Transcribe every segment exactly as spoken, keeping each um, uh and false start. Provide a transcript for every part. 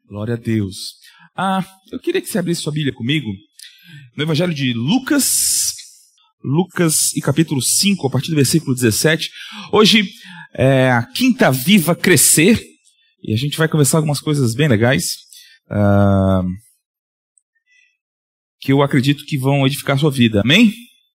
Glória a Deus. Ah, eu queria que você abrisse sua Bíblia comigo no Evangelho de Lucas, Lucas e capítulo cinco, a partir do versículo dezessete. Hoje é a Quinta Viva Crescer e a gente vai conversar algumas coisas bem legais ah, que eu acredito que vão edificar a sua vida. Amém?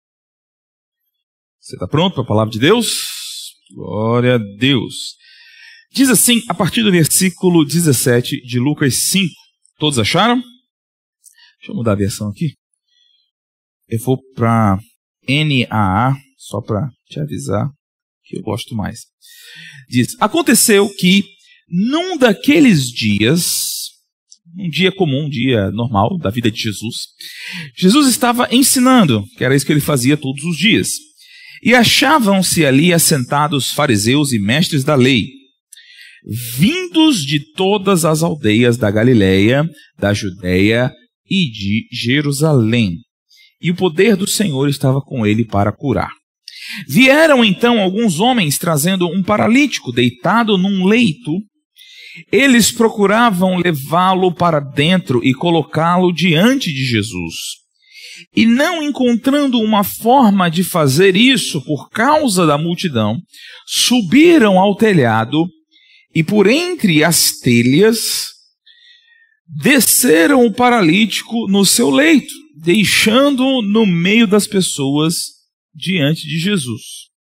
Você está pronto para a palavra de Deus? Glória a Deus. Diz assim, a partir do versículo dezessete de Lucas cinco. Todos acharam? Deixa eu mudar a versão aqui. Eu vou para N A A, só para te avisar que eu gosto mais. Diz, aconteceu que num daqueles dias, um dia comum, um dia normal da vida de Jesus, Jesus estava ensinando, que era isso que ele fazia todos os dias. E achavam-se ali assentados fariseus e mestres da lei, vindos de todas as aldeias da Galileia, da Judeia e de Jerusalém. E o poder do Senhor estava com ele para curar. Vieram então alguns homens trazendo um paralítico deitado num leito. Eles procuravam levá-lo para dentro e colocá-lo diante de Jesus. E não encontrando uma forma de fazer isso por causa da multidão, subiram ao telhado e por entre as telhas desceram o paralítico no seu leito, deixando-o no meio das pessoas diante de Jesus.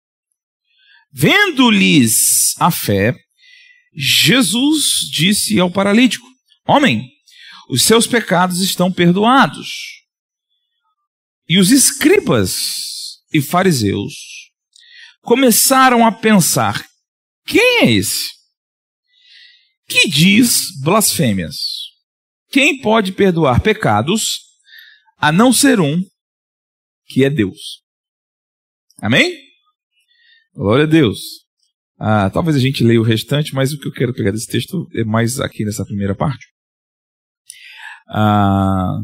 Vendo-lhes a fé, Jesus disse ao paralítico: homem, os seus pecados estão perdoados. E os escribas e fariseus começaram a pensar: quem é esse que diz blasfêmias? Quem pode perdoar pecados a não ser um, que é Deus? Amém? Glória a Deus. Ah, talvez a gente leia o restante, mas o que eu quero pegar desse texto é mais aqui nessa primeira parte. Ah,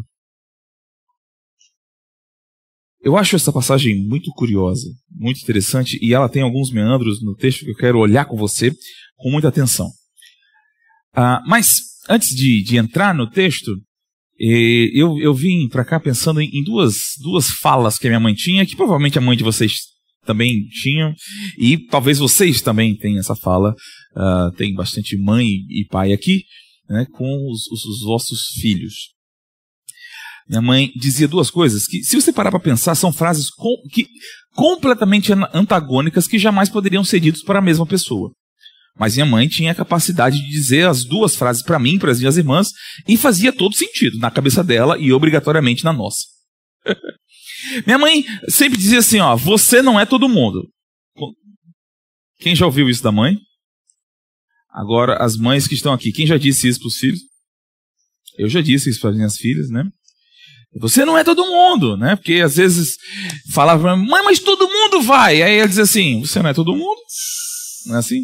eu acho essa passagem muito curiosa, muito interessante, e ela tem alguns meandros no texto que eu quero olhar com você com muita atenção. Ah, mas, antes de, de entrar no texto, eh, eu, eu vim para cá pensando em, em duas, duas falas que a minha mãe tinha, que provavelmente a mãe de vocês também tinham, e talvez vocês também tenham essa fala. Ah, tem bastante mãe e pai aqui, né, com os, os, os vossos filhos. Minha mãe dizia duas coisas que, se você parar para pensar, são frases com, que, completamente antagônicas que jamais poderiam ser ditas para a mesma pessoa. Mas minha mãe tinha a capacidade de dizer as duas frases para mim, para as minhas irmãs, e fazia todo sentido na cabeça dela e obrigatoriamente na nossa. Minha mãe sempre dizia assim, ó, você não é todo mundo. Quem já ouviu isso da mãe? Agora, as mães que estão aqui, quem já disse isso para os filhos? Eu já disse isso para as minhas filhas, né? Você não é todo mundo, né? Porque às vezes falava, mãe, mas todo mundo vai. Aí ela dizia assim, você não é todo mundo? Não é assim?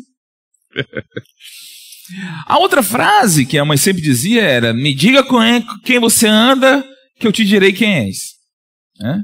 A outra frase que a mãe sempre dizia era, me diga com quem você anda, que eu te direi quem és. É?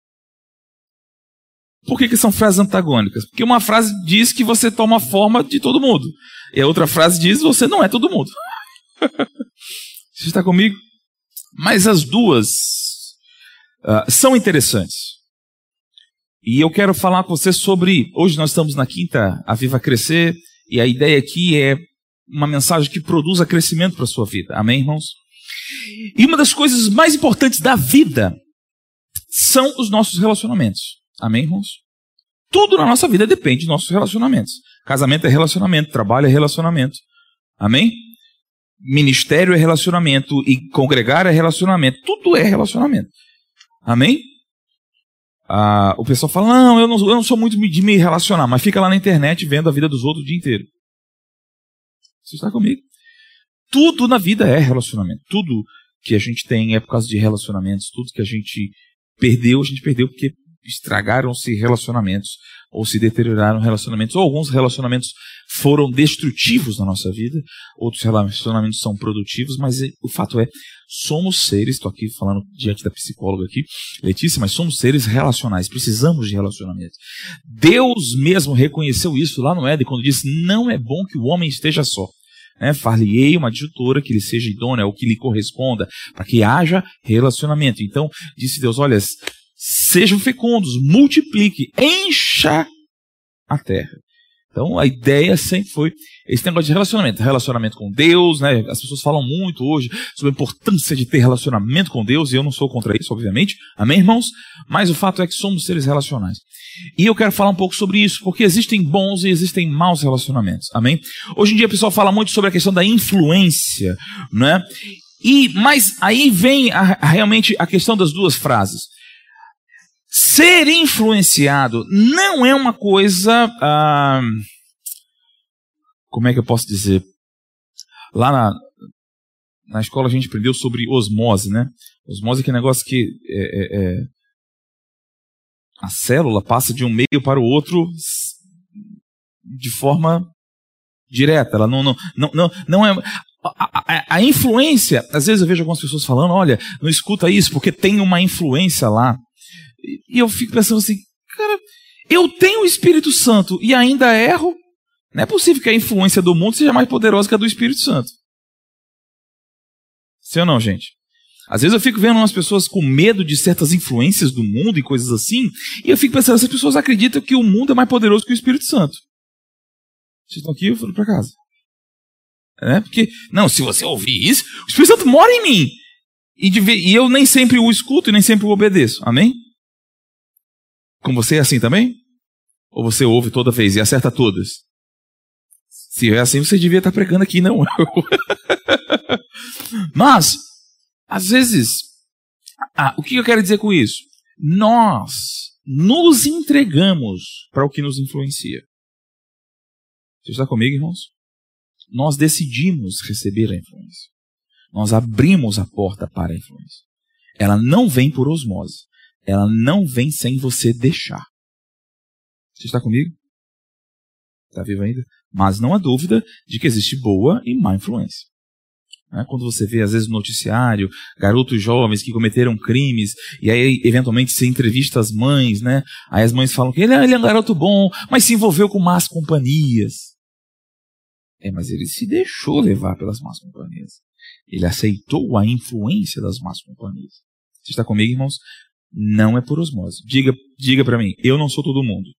Por que, que são frases antagônicas? Porque uma frase diz que você toma a forma de todo mundo, e a outra frase diz, você não é todo mundo. Você está comigo? Mas as duas uh, são interessantes. E eu quero falar com você sobre, hoje nós estamos na Quinta A Viva Crescer, e a ideia aqui é uma mensagem que produza crescimento para a sua vida. Amém, irmãos? E uma das coisas mais importantes da vida são os nossos relacionamentos. Amém, irmãos? Tudo na nossa vida depende dos nossos relacionamentos. Casamento é relacionamento, trabalho é relacionamento. Amém? Ministério é relacionamento e congregar é relacionamento. Tudo é relacionamento. Amém? Ah, o pessoal fala, não eu, não, eu não sou muito de me relacionar, mas fica lá na internet vendo a vida dos outros o dia inteiro. Você está comigo? Tudo na vida é relacionamento. Tudo que a gente tem é por causa de relacionamentos. Tudo que a gente perdeu, a gente perdeu porque estragaram-se relacionamentos, ou se deterioraram relacionamentos, ou alguns relacionamentos foram destrutivos na nossa vida, outros relacionamentos são produtivos, mas o fato é, somos seres, estou aqui falando diante da psicóloga aqui, Letícia, mas somos seres relacionais, precisamos de relacionamentos. Deus mesmo reconheceu isso lá no Éden, quando disse, não é bom que o homem esteja só. né, far-lhe-ei uma adjutora que lhe seja idônea ou que lhe corresponda, para que haja relacionamento. Então, disse Deus, olha, sejam fecundos, multiplique, encha a terra. Então, a ideia sempre foi esse negócio de relacionamento. Relacionamento com Deus, né? As pessoas falam muito hoje sobre a importância de ter relacionamento com Deus, e eu não sou contra isso, obviamente. Amém, irmãos? Mas o fato é que somos seres relacionais. E eu quero falar um pouco sobre isso, porque existem bons e existem maus relacionamentos. Amém? Hoje em dia o pessoal fala muito sobre a questão da influência, né? E, mas aí vem a, a, realmente a questão das duas frases. Ser influenciado não é uma coisa, ah, como é que eu posso dizer? Lá na, na escola a gente aprendeu sobre osmose, né? Osmose é aquele negócio que é, é, é, a célula passa de um meio para o outro de forma direta. Ela não, não, não, não, não é... A, a, a influência, às vezes eu vejo algumas pessoas falando, olha, não escuta isso porque tem uma influência lá. E eu fico pensando assim, cara, eu tenho o Espírito Santo e ainda erro? Não é possível que a influência do mundo seja mais poderosa que a do Espírito Santo. Sim ou não, gente? Às vezes eu fico vendo umas pessoas com medo de certas influências do mundo e coisas assim, e eu fico pensando, essas pessoas acreditam que o mundo é mais poderoso que o Espírito Santo. Vocês estão aqui, eu fui para casa. É, porque, não, se você ouvir isso, o Espírito Santo mora em mim. E, de, e eu nem sempre o escuto e nem sempre o obedeço. Amém? Com você é assim também? Ou você ouve toda vez e acerta todas? Se é assim, você devia estar pregando aqui, não eu. Mas, às vezes, ah, o que eu quero dizer com isso? Nós nos entregamos para o que nos influencia. Você está comigo, irmãos? Nós decidimos receber a influência. Nós abrimos a porta para a influência. Ela não vem por osmose. Ela não vem sem você deixar. Você está comigo? Está vivo ainda? Mas não há dúvida de que existe boa e má influência. Né? Quando você vê, às vezes, no noticiário, garotos jovens que cometeram crimes, e aí, eventualmente, se entrevista as mães, né? Aí as mães falam que ele, ele é um garoto bom, mas se envolveu com más companhias. É, mas ele se deixou levar pelas más companhias. Ele aceitou a influência das más companhias. Você está comigo, irmãos? Não é por osmose. Diga, diga para mim, eu não sou todo mundo.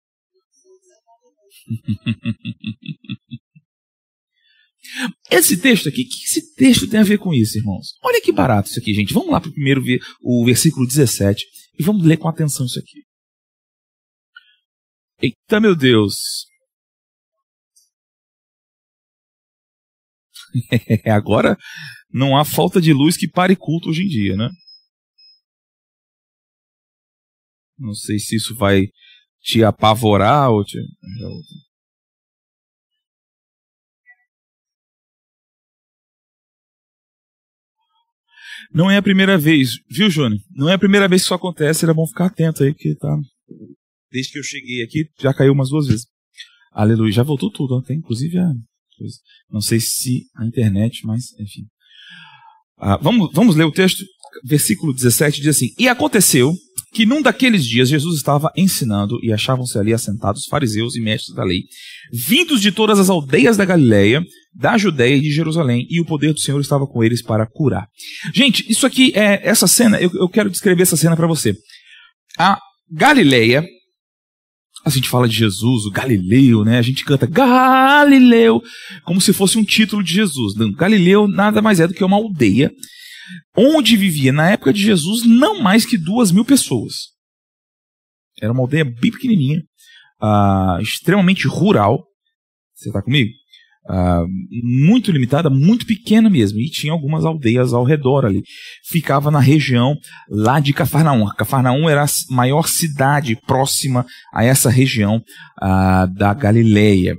Esse texto aqui, o que esse texto tem a ver com isso, irmãos? Olha que barato isso aqui, gente. Vamos lá para o primeiro ver o versículo dezessete e vamos ler com atenção isso aqui. Eita, meu Deus. Agora não há falta de luz que pare culto hoje em dia, né? Não sei se isso vai te apavorar ou te... Não é a primeira vez, viu, Júnior? Não é a primeira vez que isso acontece, era bom ficar atento aí, porque tá... Desde que eu cheguei aqui, já caiu umas duas vezes. Aleluia, já voltou tudo, até inclusive a... Não sei se a internet, mas enfim. Ah, vamos, vamos ler o texto? Versículo dezessete diz assim: E aconteceu que num daqueles dias Jesus estava ensinando e achavam-se ali assentados fariseus e mestres da lei, vindos de todas as aldeias da Galileia, da Judeia e de Jerusalém, e o poder do Senhor estava com eles para curar. Gente, isso aqui é essa cena, eu, eu quero descrever essa cena para você. A Galileia, a gente fala de Jesus, o Galileu, né? A gente canta Galileu, como se fosse um título de Jesus. Não, Galileu nada mais é do que uma aldeia onde vivia, na época de Jesus, não mais que duas mil pessoas. Era uma aldeia bem pequenininha, uh, extremamente rural. Você está comigo? Uh, muito limitada, muito pequena mesmo. E tinha algumas aldeias ao redor ali. Ficava na região lá de Cafarnaum. Cafarnaum era a maior cidade próxima a essa região uh, da Galileia.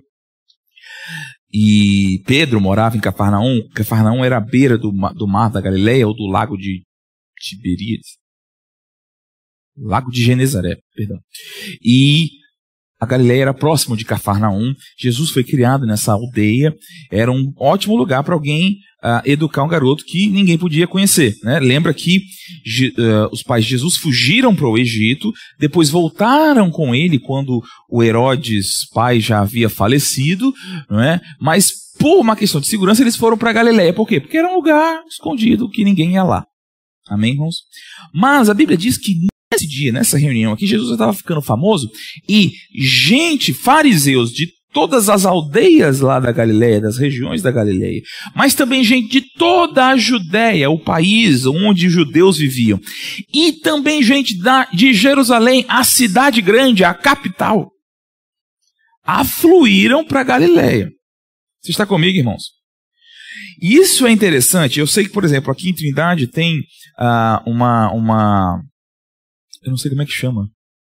E Pedro morava em Cafarnaum. Cafarnaum era à beira do, do mar da Galileia ou do lago de Tiberíades. Lago de Genezaré, perdão. E a Galileia era próximo de Cafarnaum. Jesus foi criado nessa aldeia. Era um ótimo lugar para alguém uh, educar um garoto que ninguém podia conhecer. Né? Lembra que uh, os pais de Jesus fugiram para o Egito, depois voltaram com ele quando o Herodes, pai, já havia falecido, não é? Mas por uma questão de segurança, eles foram para Galileia. Por quê? Porque era um lugar escondido que ninguém ia lá. Amém, irmãos? Mas a Bíblia diz que nesse dia, nessa reunião aqui, Jesus estava ficando famoso e gente, fariseus de todas as aldeias lá da Galileia, das regiões da Galileia, mas também gente de toda a Judéia, o país onde os judeus viviam, e também gente da, de Jerusalém, a cidade grande, a capital, afluíram para Galileia. Você está comigo, irmãos? Isso é interessante. Eu sei que, por exemplo, aqui em Trindade tem uh, uma, uma... Eu não sei como é que chama.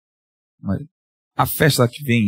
A festa que vem...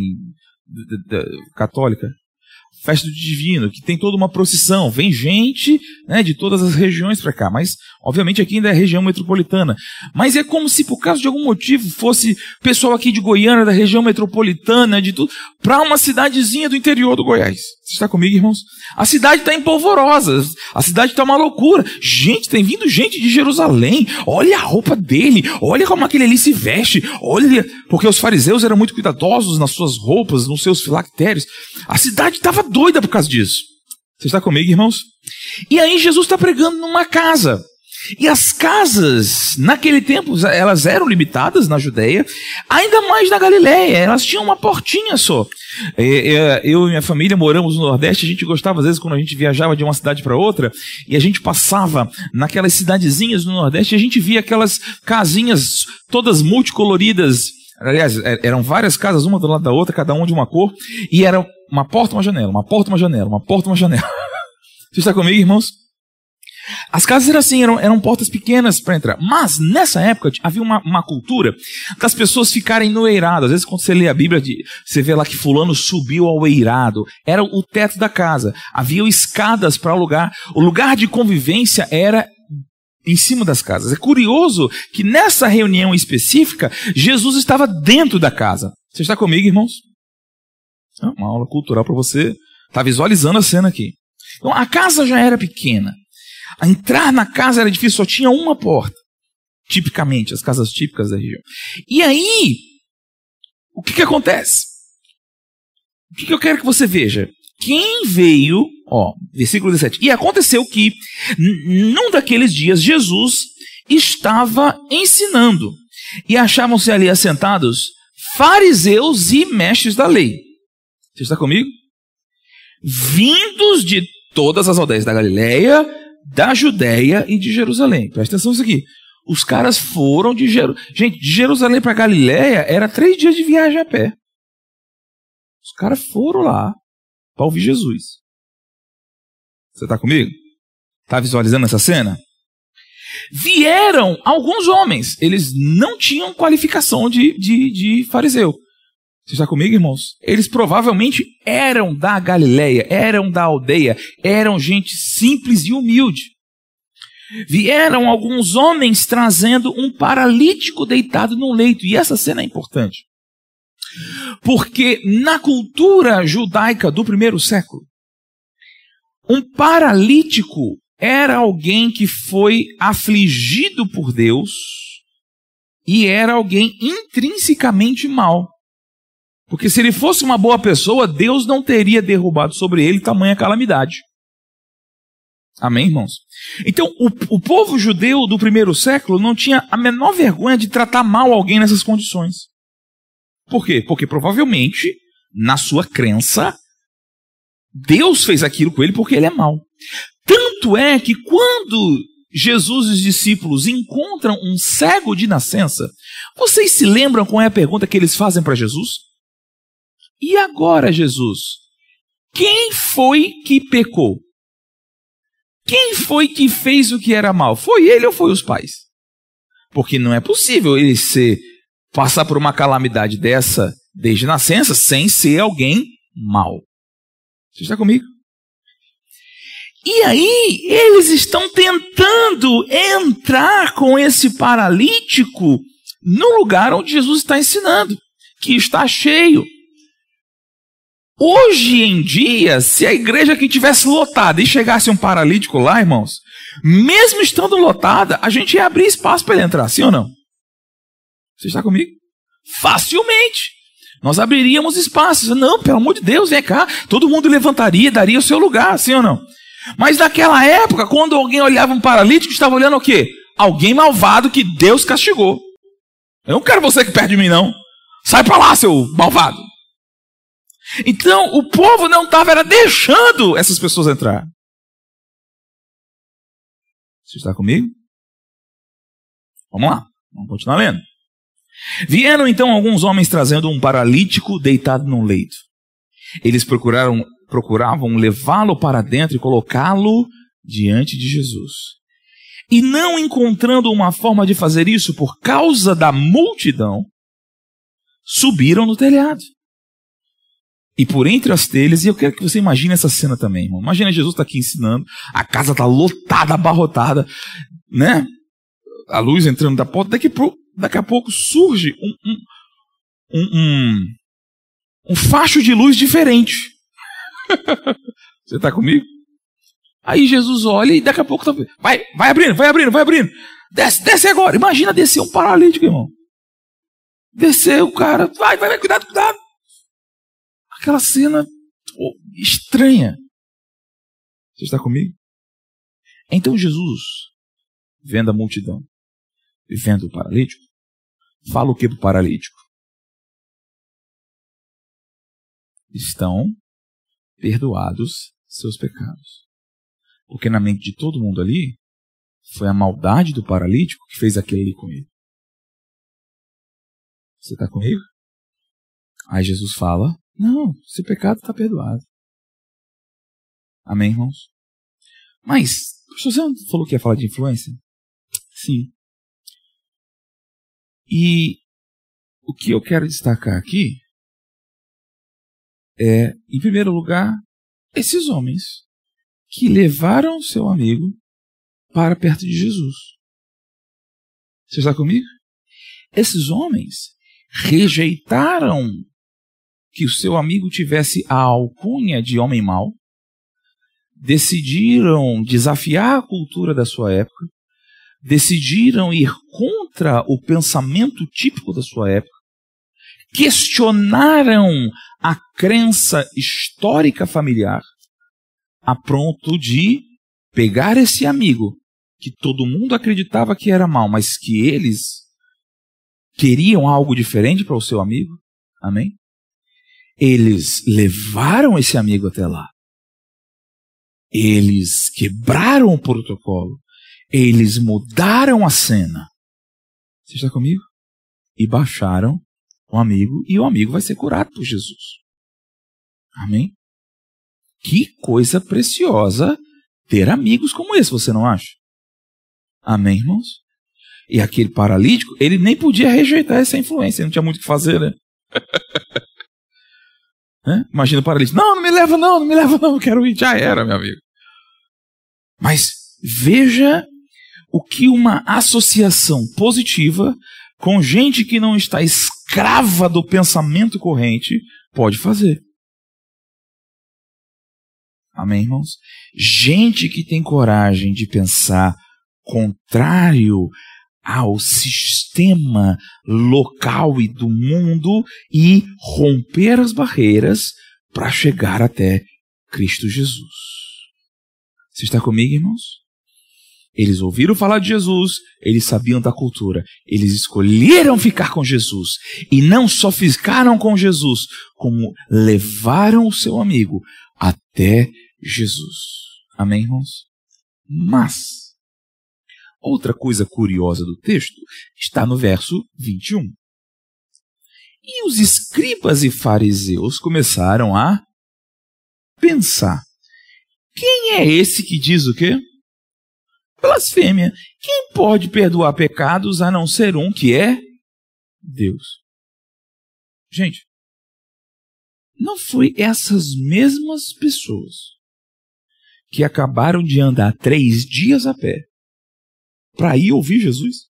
católica, festa do divino, que tem toda uma procissão, vem gente, né, de todas as regiões para cá, mas obviamente aqui ainda é região metropolitana, mas é como se por causa de algum motivo fosse pessoal aqui de Goiânia, da região metropolitana, de tudo, para uma cidadezinha do interior do Goiás. Você está comigo, irmãos? A cidade está empolvorosa, a cidade está uma loucura, gente, tem vindo gente de Jerusalém, olha a roupa dele, olha como aquele ali se veste, olha, porque os fariseus eram muito cuidadosos nas suas roupas, nos seus filactérios, a cidade estava doida por causa disso. Você está comigo, irmãos? E aí Jesus está pregando numa casa. E as casas, naquele tempo, elas eram limitadas na Judéia, ainda mais na Galileia, elas tinham uma portinha só. Eu e minha família moramos no Nordeste, a gente gostava às vezes quando a gente viajava de uma cidade para outra, e a gente passava naquelas cidadezinhas no Nordeste, e a gente via aquelas casinhas todas multicoloridas. Aliás, eram várias casas, uma do lado da outra, cada uma de uma cor, e era uma porta, uma janela, uma porta, uma janela, uma porta, uma janela. Você está comigo, irmãos? As casas eram assim, eram, eram portas pequenas para entrar. Mas, nessa época, havia uma, uma cultura das pessoas ficarem no eirado. Às vezes, quando você lê a Bíblia, você vê lá que fulano subiu ao eirado. Era o teto da casa. Havia escadas para o lugar. O lugar de convivência era em cima das casas. É curioso que nessa reunião específica, Jesus estava dentro da casa. Você está comigo, irmãos? É uma aula cultural para você estar visualizando a cena aqui. Então, a casa já era pequena. A entrar na casa era difícil, só tinha uma porta. Tipicamente, as casas típicas da região. E aí, o que, que acontece? O que, que eu quero que você veja? Quem veio, ó, versículo dezessete. E aconteceu que, num daqueles dias, Jesus estava ensinando. E achavam-se ali assentados fariseus e mestres da lei. Você está comigo? Vindos de todas as aldeias da Galileia, da Judéia e de Jerusalém. Presta atenção nisso aqui. Os caras foram de Jerusalém. Gente, de Jerusalém para Galileia era três dias de viagem a pé. Os caras foram lá para ouvir Jesus. Você está comigo? Está visualizando essa cena? Vieram alguns homens. Eles não tinham qualificação de, de, de fariseu. Você está comigo, irmãos? Eles provavelmente eram da Galileia, eram da aldeia, eram gente simples e humilde. Vieram alguns homens trazendo um paralítico deitado num leito. E essa cena é importante. Porque na cultura judaica do primeiro século, um paralítico era alguém que foi afligido por Deus e era alguém intrinsecamente mau. Porque se ele fosse uma boa pessoa, Deus não teria derrubado sobre ele tamanha calamidade. Amém, irmãos? Então, o, o povo judeu do primeiro século não tinha a menor vergonha de tratar mal alguém nessas condições. Por quê? Porque provavelmente, na sua crença, Deus fez aquilo com ele porque ele é mau. Tanto é que quando Jesus e os discípulos encontram um cego de nascença, vocês se lembram qual é a pergunta que eles fazem para Jesus? E agora, Jesus, quem foi que pecou? Quem foi que fez o que era mal? Foi ele ou foi os pais? Porque não é possível ele ser, passar por uma calamidade dessa desde nascença sem ser alguém mau. Você está comigo? E aí, eles estão tentando entrar com esse paralítico no lugar onde Jesus está ensinando, que está cheio. Hoje em dia, se a igreja aqui tivesse lotada e chegasse um paralítico lá, irmãos, mesmo estando lotada, a gente ia abrir espaço para ele entrar, sim ou não? Você está comigo? Facilmente. nós abriríamos espaços. Não, pelo amor de Deus, vem cá. Todo mundo levantaria, daria o seu lugar, sim ou não? Mas naquela época, quando alguém olhava um paralítico, estava olhando o quê? Alguém malvado que Deus castigou. Eu não quero você aqui perto de mim, não. Sai para lá, seu malvado. Então, o povo não estava era deixando essas pessoas entrar. Você está comigo? Vamos lá, vamos continuar lendo. Vieram então alguns homens trazendo um paralítico deitado num leito. Eles procuraram, procuravam levá-lo para dentro e colocá-lo diante de Jesus. E não encontrando uma forma de fazer isso por causa da multidão, subiram no telhado. E por entre as telhas, e eu quero que você imagine essa cena também, irmão. Imagina Jesus está aqui ensinando, a casa está lotada, abarrotada, né? A luz entrando da porta, daqui, pro, daqui a pouco surge um, um, um, um, um facho de luz diferente. Você está comigo? Aí Jesus olha e daqui a pouco tá, vai, vai abrindo, vai abrindo, vai abrindo. Desce, desce agora. Imagina descer um paralítico, irmão. Descer o cara, vai, vai, vai, cuidado, cuidado. Aquela cena oh, estranha. Você está comigo? Então Jesus, vendo a multidão e vendo o paralítico, fala o que para o paralítico? Estão perdoados seus pecados. Porque na mente de todo mundo ali, foi a maldade do paralítico que fez aquilo ali com ele. Você está comigo? Aí Jesus fala, não, seu pecado está perdoado. Amém, irmãos? Mas, você não falou que ia falar de influência? Sim. E o que eu quero destacar aqui é, em primeiro lugar, esses homens que levaram seu amigo para perto de Jesus. Você está comigo? Esses homens rejeitaram que o seu amigo tivesse a alcunha de homem mau, decidiram desafiar a cultura da sua época, decidiram ir contra o pensamento típico da sua época, questionaram a crença histórica familiar, a ponto de pegar esse amigo, que todo mundo acreditava que era mau, mas que eles queriam algo diferente para o seu amigo. Amém? Eles levaram esse amigo até lá. Eles quebraram o protocolo. Eles mudaram a cena. Você está comigo? E baixaram o amigo, e o amigo vai ser curado por Jesus. Amém? Que coisa preciosa ter amigos como esse, você não acha? Amém, irmãos? E aquele paralítico, ele nem podia rejeitar essa influência, não tinha muito o que fazer, né? É? Imagina o paralítico, não, não me leva não, não me leva não, eu quero ir, já era, meu amigo. Mas veja o que uma associação positiva com gente que não está escrava do pensamento corrente pode fazer. Amém, irmãos? Gente que tem coragem de pensar contrário ao sistema local e do mundo e romper as barreiras para chegar até Cristo Jesus. Você está comigo, irmãos? Eles ouviram falar de Jesus, eles sabiam da cultura, eles escolheram ficar com Jesus e não só ficaram com Jesus, como levaram o seu amigo até Jesus. Amém, irmãos? Mas outra coisa curiosa do texto está no verso vinte e um. E os escribas e fariseus começaram a pensar: quem é esse que diz o quê? Blasfêmia. Quem pode perdoar pecados a não ser um que é Deus? Gente, não foi essas mesmas pessoas que acabaram de andar três dias a pé para ir ouvir Jesus?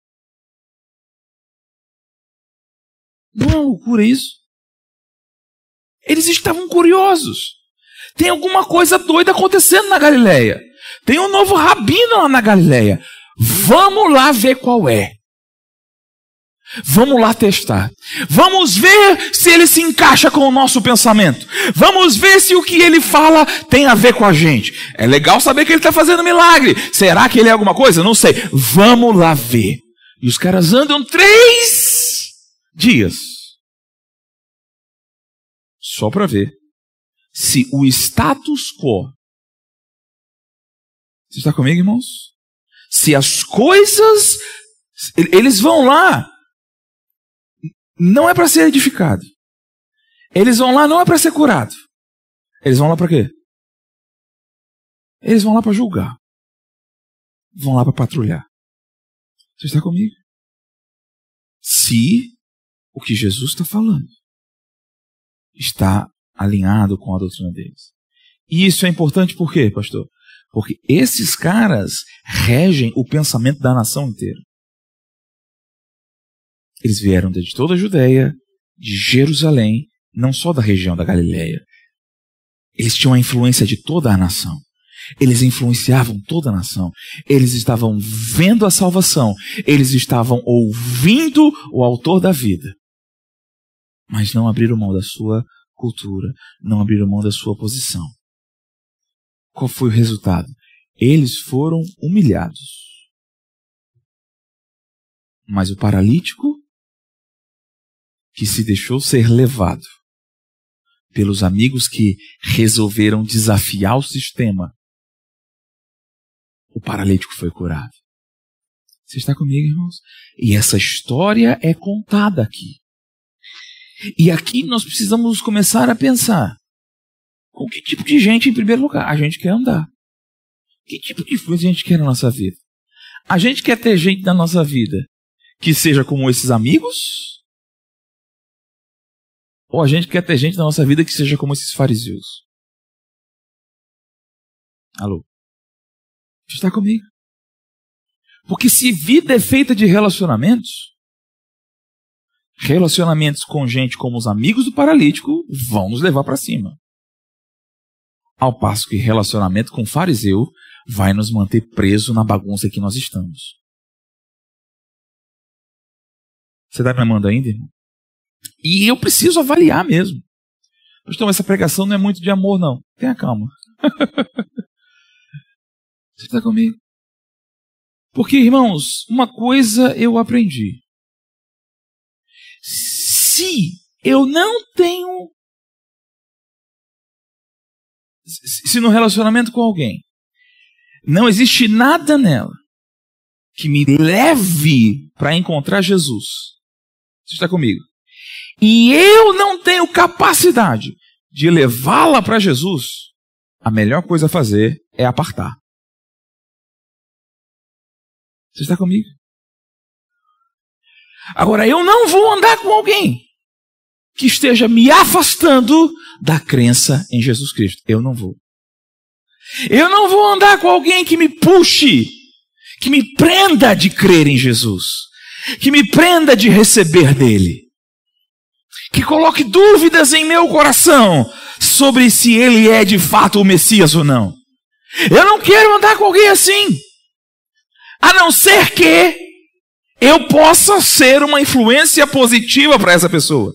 Não é uma loucura isso? Eles estavam curiosos. Tem alguma coisa doida acontecendo na Galileia. Tem um novo rabino lá na Galileia. Vamos lá ver qual é. Vamos lá testar. Vamos ver se ele se encaixa com o nosso pensamento. Vamos ver se o que ele fala tem a ver com a gente. É legal saber que ele está fazendo milagre. Será que ele é alguma coisa? Não sei. Vamos lá ver. E os caras andam três dias só para ver se o status quo. Você está comigo, irmãos? Se as coisas, eles vão lá, não é para ser edificado. Eles vão lá não é para ser curado. Eles vão lá para quê? Eles vão lá para julgar. Vão lá para patrulhar. Você está comigo? Se o que Jesus está falando está alinhado com a doutrina deles. E isso é importante por quê, pastor? Porque esses caras regem o pensamento da nação inteira. Eles vieram de toda a Judéia, de Jerusalém, não só da região da Galileia. Eles tinham a influência de toda a nação. Eles influenciavam toda a nação. Eles estavam vendo a salvação. Eles estavam ouvindo o autor da vida. Mas não abriram mão da sua cultura. Não abriram mão da sua posição. Qual foi o resultado? Eles foram humilhados. Mas o paralítico, que se deixou ser levado pelos amigos que resolveram desafiar o sistema, o paralítico foi curado. Você está comigo, irmãos? E essa história é contada aqui. E aqui nós precisamos começar a pensar: com que tipo de gente, em primeiro lugar, a gente quer andar? Que tipo de influência a gente quer na nossa vida? A gente quer ter gente na nossa vida que seja como esses amigos? Ou a gente quer ter gente na nossa vida que seja como esses fariseus? Alô? Você está comigo? Porque se vida é feita de relacionamentos, relacionamentos com gente como os amigos do paralítico vão nos levar para cima. Ao passo que relacionamento com fariseu vai nos manter preso na bagunça que nós estamos. Você está me amando ainda, irmão? E eu preciso avaliar mesmo. Então, essa pregação não é muito de amor, não. Tenha calma. Você está comigo? Porque, irmãos, uma coisa eu aprendi. Se eu não tenho... Se no relacionamento com alguém não existe nada nela que me leve para encontrar Jesus, você está comigo? E eu não tenho capacidade de levá-la para Jesus, a melhor coisa a fazer é apartar. Você está comigo? Agora, eu não vou andar com alguém que esteja me afastando da crença em Jesus Cristo. Eu não vou. Eu não vou andar com alguém que me puxe, que me prenda de crer em Jesus, que me prenda de receber dele, que coloque dúvidas em meu coração sobre se ele é de fato o Messias ou não. Eu não quero andar com alguém assim, a não ser que eu possa ser uma influência positiva para essa pessoa.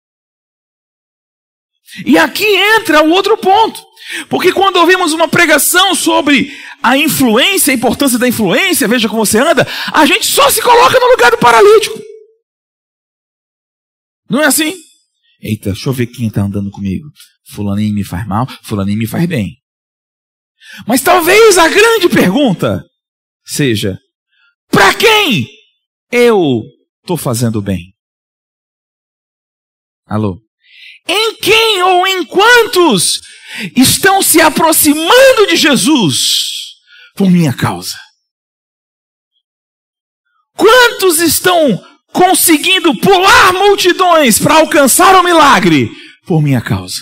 E aqui entra o outro ponto. Porque quando ouvimos uma pregação sobre a influência, a importância da influência, veja como você anda, a gente só se coloca no lugar do paralítico. Não é assim? Eita, deixa eu ver quem está andando comigo. Fulaninho me faz mal, fulaninho me faz bem. Mas talvez a grande pergunta seja: para quem eu estou fazendo bem? Alô? Em quem ou em quantos estão se aproximando de Jesus por minha causa? Quantos estão conseguindo pular multidões para alcançar o milagre por minha causa?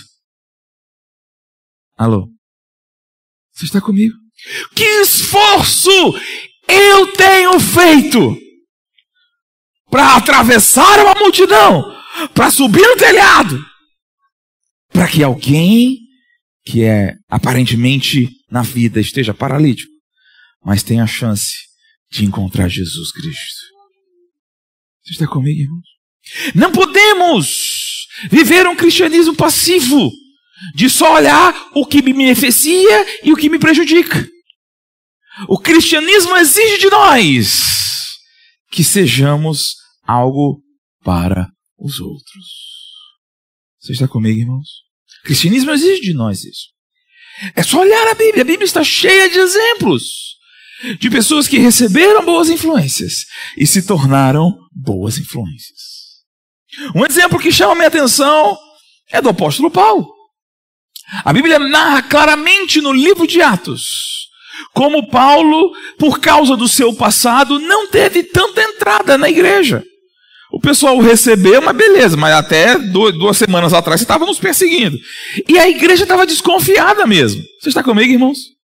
Alô? Você está comigo? Que esforço eu tenho feito para atravessar uma multidão, para subir no telhado, para que alguém que é aparentemente na vida esteja paralítico, mas tenha a chance de encontrar Jesus Cristo. Você está comigo, irmãos? Não podemos viver um cristianismo passivo, de só olhar o que me beneficia e o que me prejudica. O cristianismo exige de nós que sejamos algo para os outros. Você está comigo, irmãos? O cristianismo exige de nós isso. É só olhar a Bíblia. A Bíblia está cheia de exemplos de pessoas que receberam boas influências e se tornaram boas influências. Um exemplo que chama a minha atenção é do apóstolo Paulo. A Bíblia narra claramente no livro de Atos como Paulo, por causa do seu passado, não teve tanta entrada na igreja. O pessoal o recebeu, mas beleza, mas até duas semanas atrás você estava nos perseguindo. E a igreja estava desconfiada mesmo. Você está comigo, irmãos?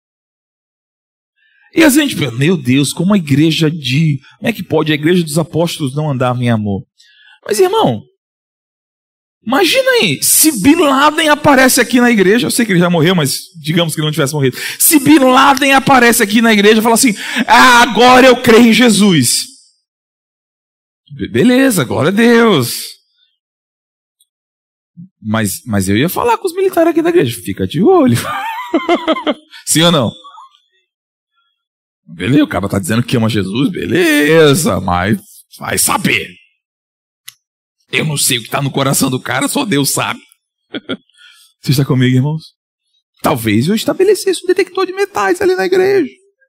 E a gente pensa, meu Deus, como a igreja de... Como é que pode a igreja dos apóstolos não andar em amor? Mas, irmão, imagina aí, se Bin Laden aparece aqui na igreja, eu sei que ele já morreu, mas digamos que ele não tivesse morrido. Se Bin Laden aparece aqui na igreja e fala assim, ah, agora eu creio em Jesus. Beleza, glória a Deus. Mas, mas eu ia falar com os militares aqui da igreja, fica de olho. Sim ou não? Beleza, o cara está dizendo que ama Jesus, beleza, mas vai saber. Eu não sei o que está no coração do cara, só Deus sabe. Você está comigo, irmãos? Talvez eu estabelecesse um detector de metais ali na igreja.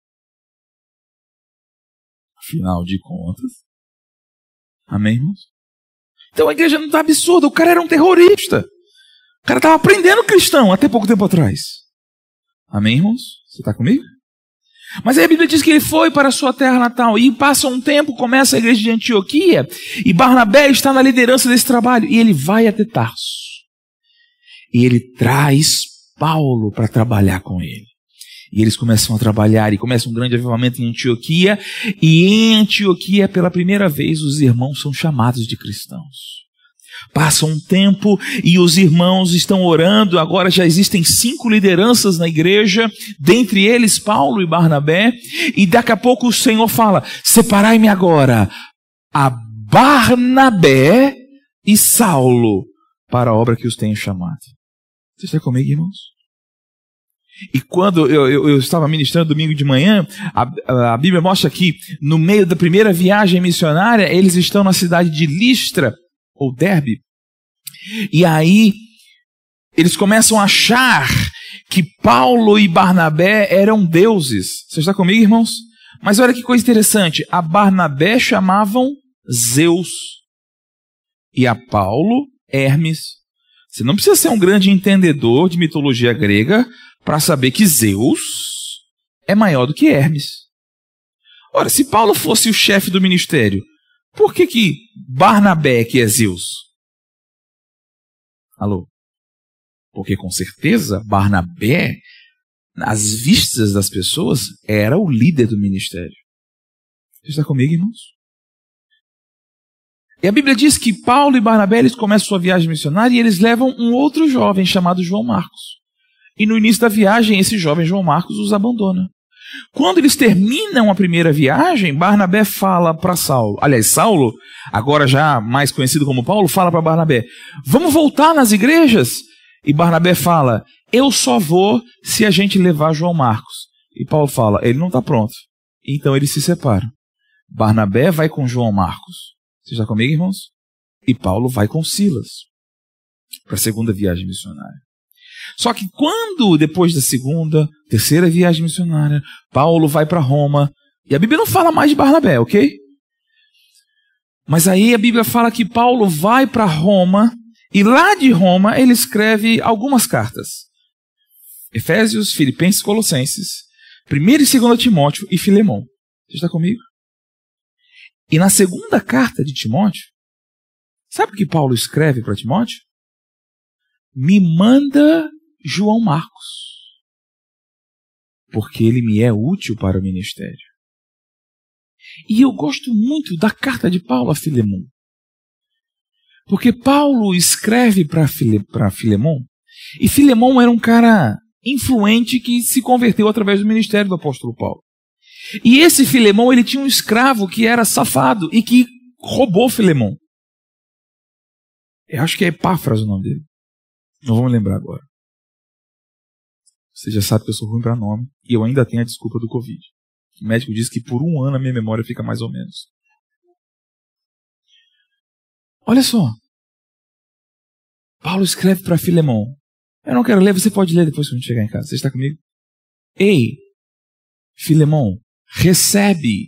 Afinal de contas. Amém, irmãos? Então a igreja não está absurda, o cara era um terrorista. O cara estava prendendo cristão até pouco tempo atrás. Amém, irmãos? Você está comigo? Mas aí a Bíblia diz que ele foi para a sua terra natal e passa um tempo, começa a igreja de Antioquia e Barnabé está na liderança desse trabalho e ele vai até Tarso. E ele traz Paulo para trabalhar com ele. E eles começam a trabalhar e começa um grande avivamento em Antioquia e em Antioquia pela primeira vez os irmãos são chamados de cristãos. Passa um tempo e os irmãos estão orando, agora já existem cinco lideranças na igreja, dentre eles Paulo e Barnabé, e daqui a pouco o Senhor fala, separai-me agora a Barnabé e Saulo para a obra que os tenho chamado. Você está comigo, irmãos? E quando eu, eu, eu estava ministrando domingo de manhã, a, a Bíblia mostra que no meio da primeira viagem missionária, eles estão na cidade de Listra, ou Derbe, e aí eles começam a achar que Paulo e Barnabé eram deuses. Você está comigo, irmãos? Mas olha que coisa interessante, a Barnabé chamavam Zeus e a Paulo Hermes. Você não precisa ser um grande entendedor de mitologia grega para saber que Zeus é maior do que Hermes. Ora, se Paulo fosse o chefe do ministério, por que que Barnabé que é Zeus? Alô? Porque com certeza Barnabé, às vistas das pessoas, era o líder do ministério. Você está comigo, irmãos? E a Bíblia diz que Paulo e Barnabé eles começam sua viagem missionária e eles levam um outro jovem chamado João Marcos. E no início da viagem, esse jovem João Marcos os abandona. Quando eles terminam a primeira viagem, Barnabé fala para Saulo, aliás, Saulo, agora já mais conhecido como Paulo, fala para Barnabé, vamos voltar nas igrejas? E Barnabé fala, eu só vou se a gente levar João Marcos. E Paulo fala, ele não está pronto. Então eles se separam. Barnabé vai com João Marcos. Você está comigo, irmãos? E Paulo vai com Silas para a segunda viagem missionária. Só que quando, depois da segunda, terceira viagem missionária, Paulo vai para Roma, e a Bíblia não fala mais de Barnabé, ok? Mas aí a Bíblia fala que Paulo vai para Roma, e lá de Roma ele escreve algumas cartas. Efésios, Filipenses, Colossenses, primeira e segunda Timóteo e Filemão. Você está comigo? E na segunda carta de Timóteo, sabe o que Paulo escreve para Timóteo? Me manda João Marcos, porque ele me é útil para o ministério. E eu gosto muito da carta de Paulo a Filemão, porque Paulo escreve para File, para Filemão, e Filemão era um cara influente que se converteu através do ministério do apóstolo Paulo. E esse Filemão, ele tinha um escravo que era safado e que roubou Filemão. Eu acho que é Epáfras o nome dele. Não vou me lembrar agora. Você já sabe que eu sou ruim para nome e eu ainda tenho a desculpa do Covid. O médico disse que por um ano a minha memória fica mais ou menos. Olha só. Paulo escreve para Filemão. Eu não quero ler, você pode ler depois quando chegar em casa. Você está comigo? Ei, Filemão, recebe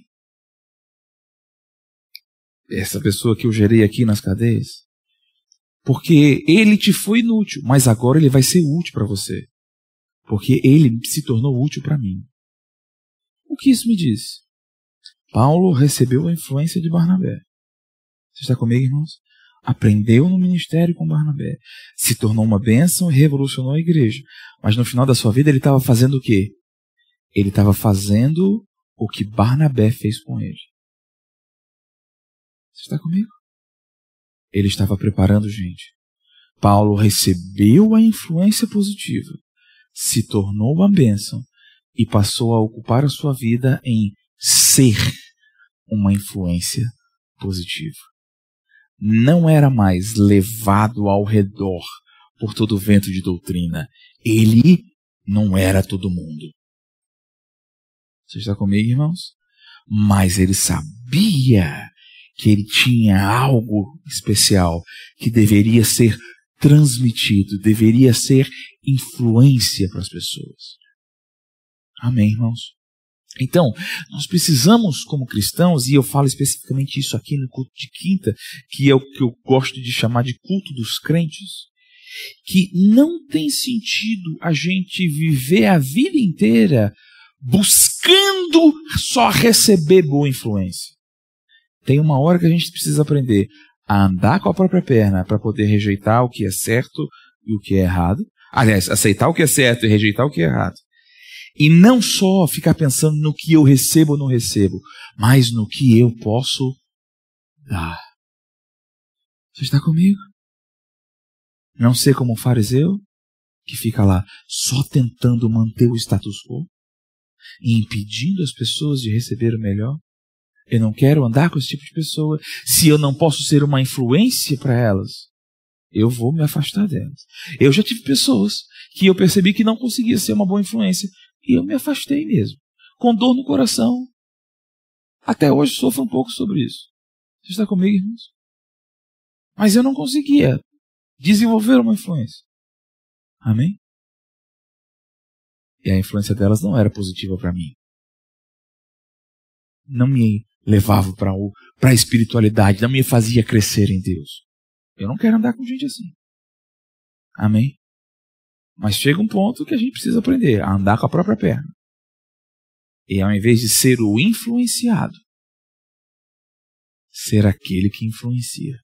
essa pessoa que eu gerei aqui nas cadeias, porque ele te foi inútil, mas agora ele vai ser útil para você, porque ele se tornou útil para mim. O que isso me diz? Paulo recebeu a influência de Barnabé. Você está comigo, irmãos? Aprendeu no ministério com Barnabé, se tornou uma bênção e revolucionou a igreja. Mas no final da sua vida ele estava fazendo o quê? Ele estava fazendo o que Barnabé fez com ele. Você está comigo? Ele estava preparando gente. Paulo recebeu a influência positiva, se tornou uma bênção e passou a ocupar a sua vida em ser uma influência positiva. Não era mais levado ao redor por todo o vento de doutrina. Ele não era todo mundo. Você está comigo, irmãos? Mas ele sabia que ele tinha algo especial que deveria ser transmitido, deveria ser influência para as pessoas. Amém, irmãos? Então, nós precisamos, como cristãos, e eu falo especificamente isso aqui no culto de quinta, que é o que eu gosto de chamar de culto dos crentes, que não tem sentido a gente viver a vida inteira buscando só receber boa influência. Tem uma hora que a gente precisa aprender a andar com a própria perna para poder rejeitar o que é certo e o que é errado. Aliás, aceitar o que é certo e rejeitar o que é errado. E não só ficar pensando no que eu recebo ou não recebo, mas no que eu posso dar. Você está comigo? Não ser como um fariseu que fica lá só tentando manter o status quo e impedindo as pessoas de receber o melhor. Eu não quero andar com esse tipo de pessoa. Se eu não posso ser uma influência para elas, eu vou me afastar delas. Eu já tive pessoas que eu percebi que não conseguia ser uma boa influência e eu me afastei mesmo, com dor no coração. Até hoje sofro um pouco sobre isso. Você está comigo, irmãos? Mas eu não conseguia desenvolver uma influência. Amém? E a influência delas não era positiva para mim. Não me levava para a espiritualidade, não me fazia crescer em Deus. Eu não quero andar com gente assim. Amém? Mas chega um ponto que a gente precisa aprender a andar com a própria perna. E ao invés de ser o influenciado, ser aquele que influencia.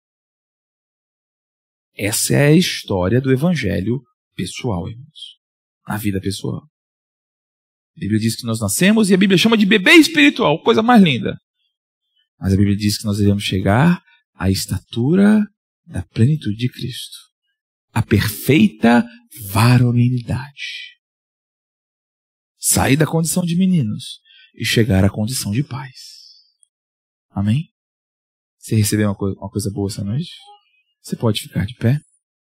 Essa é a história do evangelho pessoal, irmãos. Na vida pessoal. A Bíblia diz que nós nascemos e a Bíblia chama de bebê espiritual, coisa mais linda. Mas a Bíblia diz que nós devemos chegar à estatura da plenitude de Cristo. A perfeita varonilidade. Sair da condição de meninos e chegar à condição de pais. Amém? Você recebeu uma, co- uma coisa boa essa noite? Você pode ficar de pé?